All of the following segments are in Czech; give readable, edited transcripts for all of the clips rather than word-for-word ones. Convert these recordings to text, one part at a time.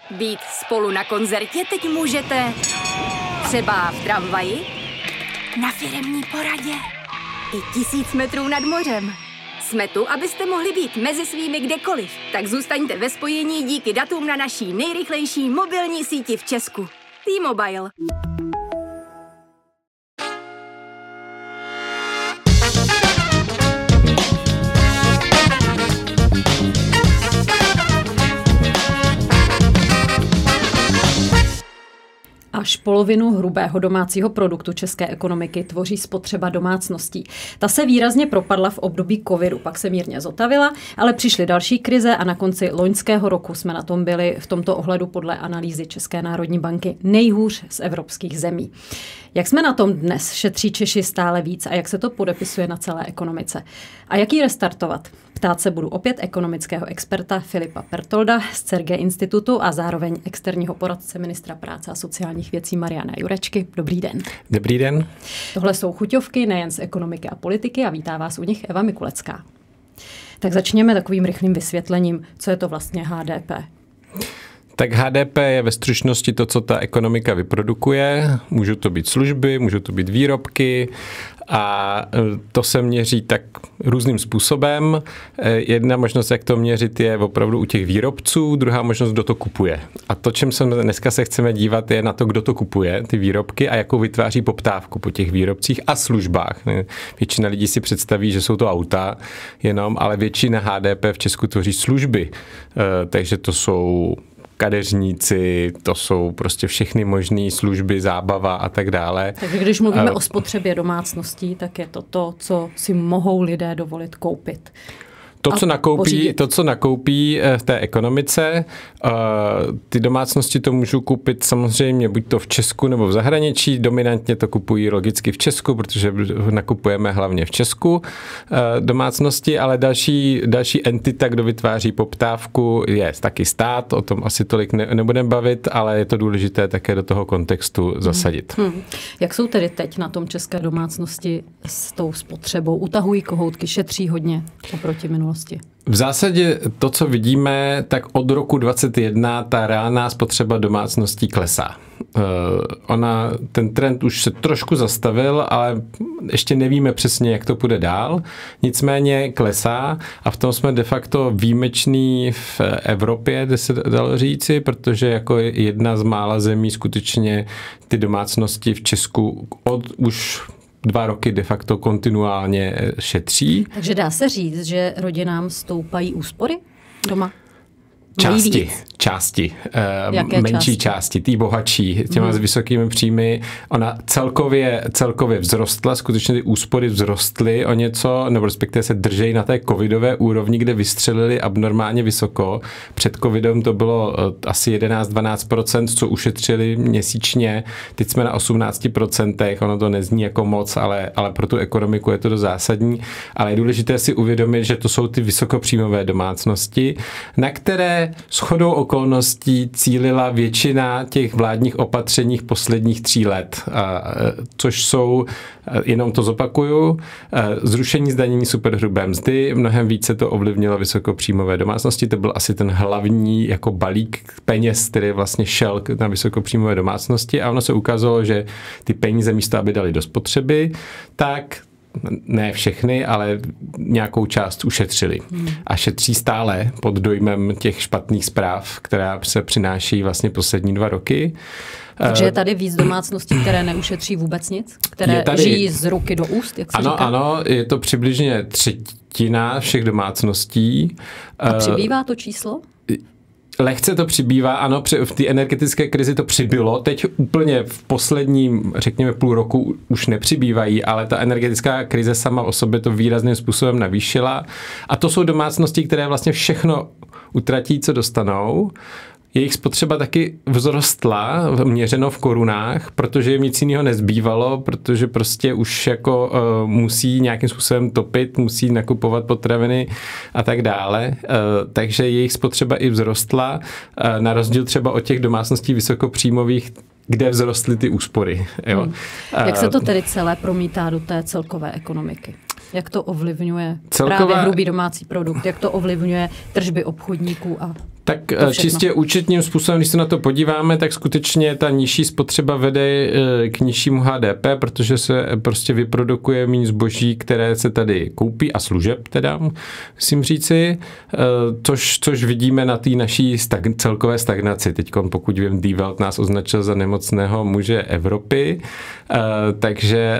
Být spolu na koncertě teď můžete třeba v tramvaji, na firemní poradě i 1000 metrů nad mořem. Jsme tu, abyste mohli být mezi svými kdekoliv. Tak zůstaňte ve spojení díky datům na naší nejrychlejší mobilní síti v Česku. T-Mobile. Až polovinu hrubého domácího produktu české ekonomiky tvoří spotřeba domácností. Ta se výrazně propadla v období covidu, pak se mírně zotavila, ale přišly další krize a na konci loňského roku jsme na tom byli v tomto ohledu podle analýzy České národní banky nejhůř z evropských zemí. Jak jsme na tom dnes? Šetří Češi stále víc a jak se to podepisuje na celé ekonomice? A jak ji restartovat? Ptát se budu opět ekonomického experta Filipa Pertolda z CERGE institutu a zároveň externího poradce ministra práce a sociálních věcí Mariana Jurečky. Dobrý den. Dobrý den. Tohle jsou chuťovky nejen z ekonomiky a politiky a vítá vás u nich Eva Mikulecká. Tak začněme takovým rychlým vysvětlením, co je to vlastně HDP. Tak HDP je ve stručnosti to, co ta ekonomika vyprodukuje. Můžou to být služby, můžou to být výrobky a to se měří tak různým způsobem. Jedna možnost, jak to měřit, je opravdu u těch výrobců, druhá možnost, kdo to kupuje. A to, čem se dneska se chceme dívat, je na to, kdo to kupuje, ty výrobky a jakou vytváří poptávku po těch výrobcích a službách. Většina lidí si představí, že jsou to auta jenom, ale většina HDP v Česku tvoří služby. Takže to jsou kadeřníci, to jsou prostě všechny možné služby, zábava a tak dále. Takže když mluvíme o spotřebě domácností, tak je to to, co si mohou lidé dovolit koupit. To, co nakoupí v té ekonomice, ty domácnosti to můžou koupit samozřejmě buď to v Česku nebo v zahraničí. Dominantně to kupují logicky v Česku, protože nakupujeme hlavně v Česku domácnosti, ale další entita, kdo vytváří poptávku, je taky stát. O tom asi tolik nebudeme bavit, ale je to důležité také do toho kontextu zasadit. Jak jsou tedy teď na tom české domácnosti s tou spotřebou? Utahují kohoutky, šetří hodně oproti minulosti? V zásadě to, co vidíme, tak od roku 2021 ta reálná spotřeba domácností klesá. Ten trend už se trošku zastavil, ale ještě nevíme přesně, jak to půjde dál. Nicméně klesá a v tom jsme de facto výjimeční v Evropě, kde se dalo říci, protože jako jedna z mála zemí skutečně ty domácnosti v Česku už 2 roky de facto kontinuálně šetří. Takže dá se říct, že rodinám stoupají úspory doma? Části. Menší části, ty bohatší, těma s vysokými příjmy. Ona celkově vzrostla, skutečně ty úspory vzrostly o něco, nebo respektive se držejí na té covidové úrovni, kde vystřelili abnormálně vysoko. Před covidem to bylo asi 11-12%, co ušetřili měsíčně. Teď jsme na 18%, ono to nezní jako moc, ale pro tu ekonomiku je to dost zásadní. Ale je důležité si uvědomit, že to jsou ty vysokopříjmové domácnosti, na které shodou okolností cílila většina těch vládních opatření posledních 3 let, což jsou, jenom to zopakuju, zrušení zdanění superhrubé mzdy, mnohem více to ovlivnilo vysokopříjmové domácnosti, to byl asi ten hlavní jako balík peněz, který vlastně šel na vysokopříjmové domácnosti a ono se ukázalo, že ty peníze místo, aby dali do spotřeby, tak ne všechny, ale nějakou část ušetřili. A šetří stále pod dojmem těch špatných zpráv, která se přináší vlastně poslední 2 roky. Takže je tady víc domácností, které neušetří vůbec nic? Které žijí z ruky do úst, jak se říká? Ano, je to přibližně 1/3 všech domácností. A přibývá to číslo? Lehce to přibývá, ano, v té energetické krizi to přibylo, teď úplně v posledním, řekněme, půl roku už nepřibývají, ale ta energetická krize sama o sobě to výrazným způsobem navýšila a to jsou domácnosti, které vlastně všechno utratí, co dostanou. Jejich spotřeba taky vzrostla, měřeno v korunách, protože jim nic jiného nezbývalo, protože prostě už jako musí nějakým způsobem topit, musí nakupovat potraviny a tak dále. Takže jejich spotřeba i vzrostla, na rozdíl třeba od těch domácností vysokopříjmových, kde vzrostly ty úspory. Jo? Jak se to tedy celé promítá do té celkové ekonomiky? Jak to ovlivňuje právě hrubý domácí produkt? Jak to ovlivňuje tržby obchodníků a tak čistě účetním způsobem, když se na to podíváme, tak skutečně ta nižší spotřeba vede k nižšímu HDP, protože se prostě vyprodukuje méně zboží, které se tady koupí a služeb teda, musím říci, což vidíme na té naší celkové stagnaci. Teď, pokud vím, Die Welt nás označil za nemocného muže Evropy, takže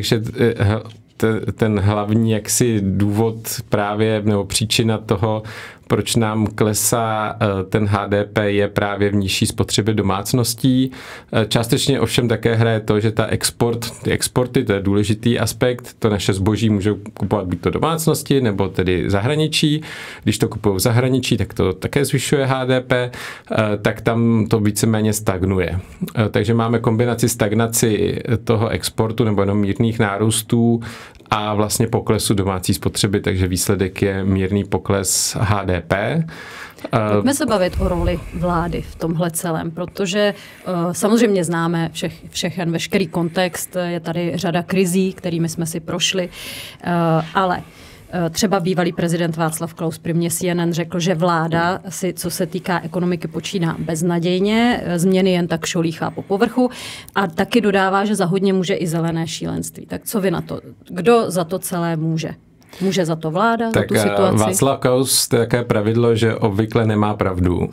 ten hlavní jaksi důvod právě, nebo příčina toho, proč nám klesá ten HDP, je právě v nižší spotřebě domácností. Částečně ovšem také hraje to, že ty exporty, to je důležitý aspekt, to naše zboží můžou kupovat buď to domácnosti, nebo tedy zahraničí. Když to kupují v zahraničí, tak to také zvyšuje HDP, tak tam to víceméně stagnuje. Takže máme kombinaci stagnaci toho exportu nebo jenom mírných nárůstů a vlastně poklesu domácí spotřeby, takže výsledek je mírný pokles HDP. Pojďme se bavit o roli vlády v tomhle celém, protože samozřejmě známe veškerý kontext, je tady řada krizí, kterými jsme si prošli, ale třeba bývalý prezident Václav Klaus pri mně CNN řekl, že vláda si, co se týká ekonomiky, počíná beznadějně, změny jen tak šolíchá po povrchu a taky dodává, že za hodně může i zelené šílenství. Tak co vy na to? Kdo za to celé může? Může za to vláda, tak za tu situaci? Václav Klaus, to je také pravidlo, že obvykle nemá pravdu.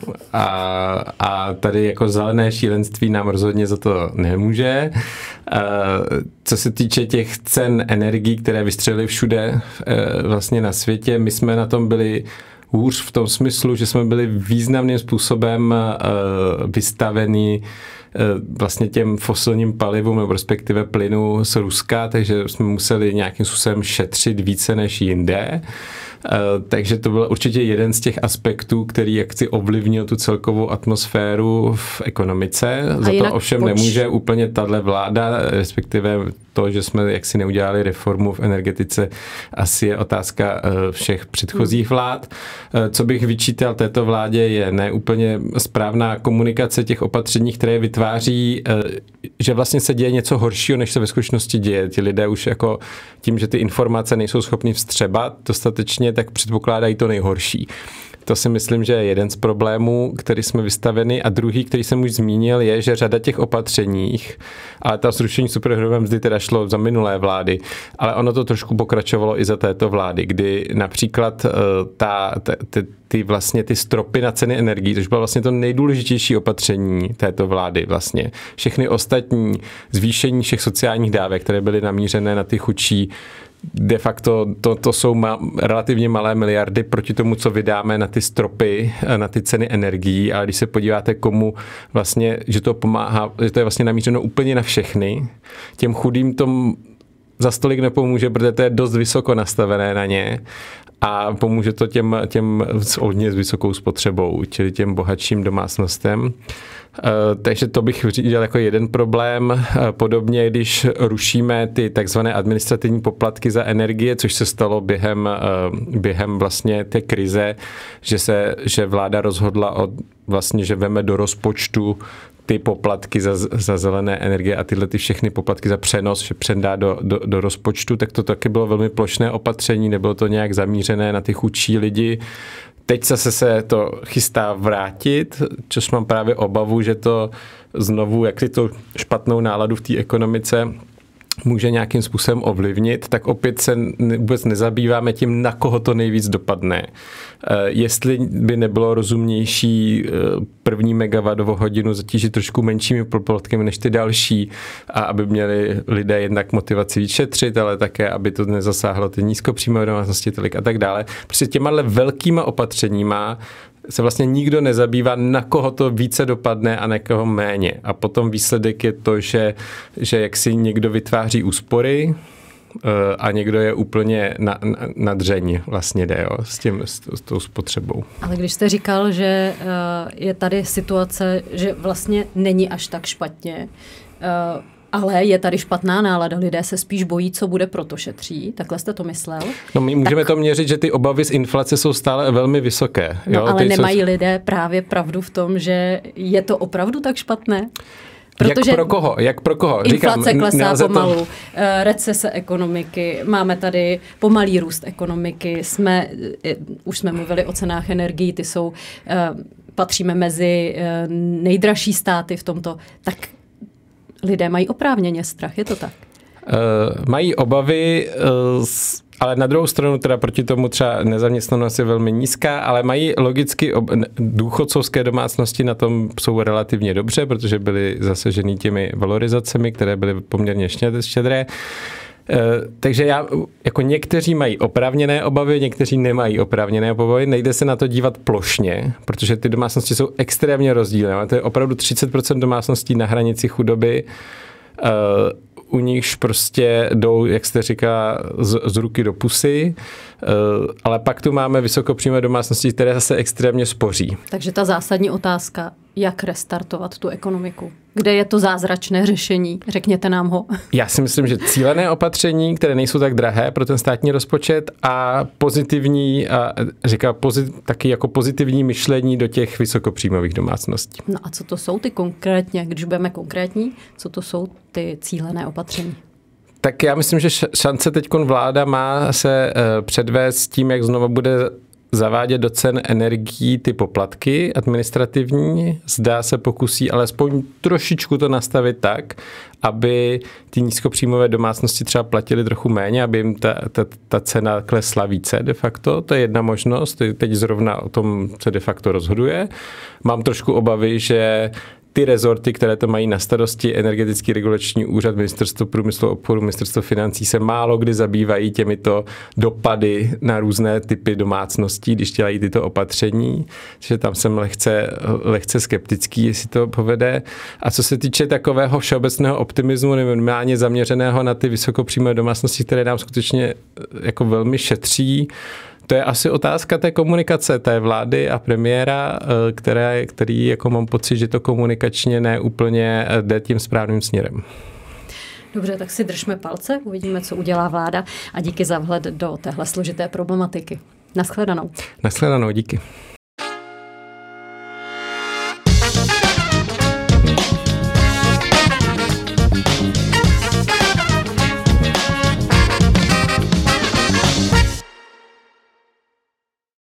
A tady jako zelené šílenství nám rozhodně za to nemůže. Co se týče těch cen energií, které vystřelily všude vlastně na světě, my jsme na tom byli hůř v tom smyslu, že jsme byli významným způsobem vystaveni vlastně těm fosilním palivům nebo respektive plynu z Ruska, takže jsme museli nějakým způsobem šetřit více než jinde. Takže to byl určitě jeden z těch aspektů, který jaksi ovlivnil tu celkovou atmosféru v ekonomice. Za to ovšem nemůže úplně tahle vláda, respektive to, že jsme jaksi neudělali reformu v energetice, asi je otázka všech předchozích vlád. Co bych vyčítal této vládě, je neúplně správná komunikace těch opatření, které vytváří, že vlastně se děje něco horšího, než se ve skutečnosti děje. Ti lidé už jako tím, že ty informace nejsou schopni vstřebat dostatečně, tak předpokládají to nejhorší. To si myslím, že je jeden z problémů, který jsme vystaveni. A druhý, který jsem už zmínil, je, že řada těch opatřeních, ale ta zrušení superhrubé mzdy teda šlo za minulé vlády, ale ono to trošku pokračovalo i za této vlády, kdy například ty stropy na ceny energií, což bylo vlastně to nejdůležitější opatření této vlády vlastně. Všechny ostatní zvýšení všech sociálních dávek, které byly namířené na ty chudší, de facto to jsou relativně malé miliardy proti tomu, co vydáme na ty stropy, na ty ceny energií, ale když se podíváte, komu vlastně, že to pomáhá, že to je vlastně namířeno úplně na všechny, těm chudým to za stolik nepomůže, protože to je dost vysoko nastavené na ně a pomůže to těm hodně s vysokou spotřebou, čili těm bohatším domácnostem. Takže to bych viděl jako jeden problém. Podobně, když rušíme ty takzvané administrativní poplatky za energie, což se stalo během vlastně té krize, že vláda rozhodla vlastně, že veme do rozpočtu ty poplatky za zelené energie a tyhle ty všechny poplatky za přenos, že předá do rozpočtu, tak to taky bylo velmi plošné opatření, nebylo to nějak zamířené na ty chudší lidi. Teď zase se to chystá vrátit, což mám právě obavu, že to znovu, jak si to špatnou náladu v té ekonomice může nějakým způsobem ovlivnit, tak opět se vůbec nezabýváme tím, na koho to nejvíc dopadne. Jestli by nebylo rozumnější první megawattovou hodinu zatížit trošku menšími poplatkami než ty další a aby měli lidé jednak motivaci víc šetřit, ale také, aby to nezasáhlo ty nízkopříjmové domácnosti tolik a tak dále. Prostě těmahle velkýma opatřeníma se vlastně nikdo nezabývá, na koho to více dopadne a na koho méně. A potom výsledek je to, že jak si někdo vytváří úspory a někdo je úplně na dřeň vlastně jde, jo, s tou spotřebou. Ale když jste říkal, že je tady situace, že vlastně není až tak špatně, ale je tady špatná nálada, lidé se spíš bojí, co bude, proto šetří. Takhle jste to myslel? No my můžeme to měřit, že ty obavy z inflace jsou stále velmi vysoké. No, ale nemají lidé právě pravdu v tom, že je to opravdu tak špatné? Protože Jak pro koho? Inflace klesá pomalu, recese ekonomiky, máme tady pomalý růst ekonomiky, už jsme mluvili o cenách energií, ty jsou, patříme mezi nejdražší státy v tomto, tak lidé mají oprávněně strach, je to tak? Mají obavy, ale na druhou stranu teda proti tomu třeba nezaměstnanost je velmi nízká, ale mají logicky důchodcovské domácnosti na tom jsou relativně dobře, protože byly zasažený těmi valorizacemi, které byly poměrně štědré. Takže jako někteří mají oprávněné obavy, někteří nemají oprávněné obavy. Nejde se na to dívat plošně, protože ty domácnosti jsou extrémně rozdílné. To je opravdu 30% domácností na hranici chudoby, u nichž prostě jdou, jak jste říká, z ruky do pusy, ale pak tu máme vysokopříjmové domácnosti, které zase extrémně spoří. Takže ta zásadní otázka, jak restartovat tu ekonomiku? Kde je to zázračné řešení? Řekněte nám ho. Já si myslím, že cílené opatření, které nejsou tak drahé pro ten státní rozpočet a pozitivní, taky jako pozitivní myšlení do těch vysokopříjmových domácností. No a co to jsou ty konkrétně, když budeme konkrétní, co to jsou ty cílené opatření? Tak já myslím, že šance teďkon vláda má se předvést tím, jak znovu bude zavádět do cen energií ty poplatky administrativní. Zdá se pokusí alespoň trošičku to nastavit tak, aby ty nízkopříjmové domácnosti třeba platily trochu méně, aby jim ta cena klesla více de facto. To je jedna možnost. Teď zrovna o tom se de facto rozhoduje. Mám trošku obavy, že ty rezorty, které to mají na starosti, Energetický regulační úřad, Ministerstvo průmyslu a obchodu, Ministerstvo financí, se málo kdy zabývají těmito dopady na různé typy domácností, když dělají tyto opatření. Takže tam jsem lehce skeptický, jestli to povede. A co se týče takového všeobecného optimismu, minimálně zaměřeného na ty vysokopříjmové domácnosti, které nám skutečně jako velmi šetří, to je asi otázka té komunikace té vlády a premiéra, který jako mám pocit, že to komunikačně neúplně jde tím správným směrem. Dobře, tak si držme palce, uvidíme, co udělá vláda a díky za vhled do téhle složité problematiky. Naschledanou. Naschledanou, díky.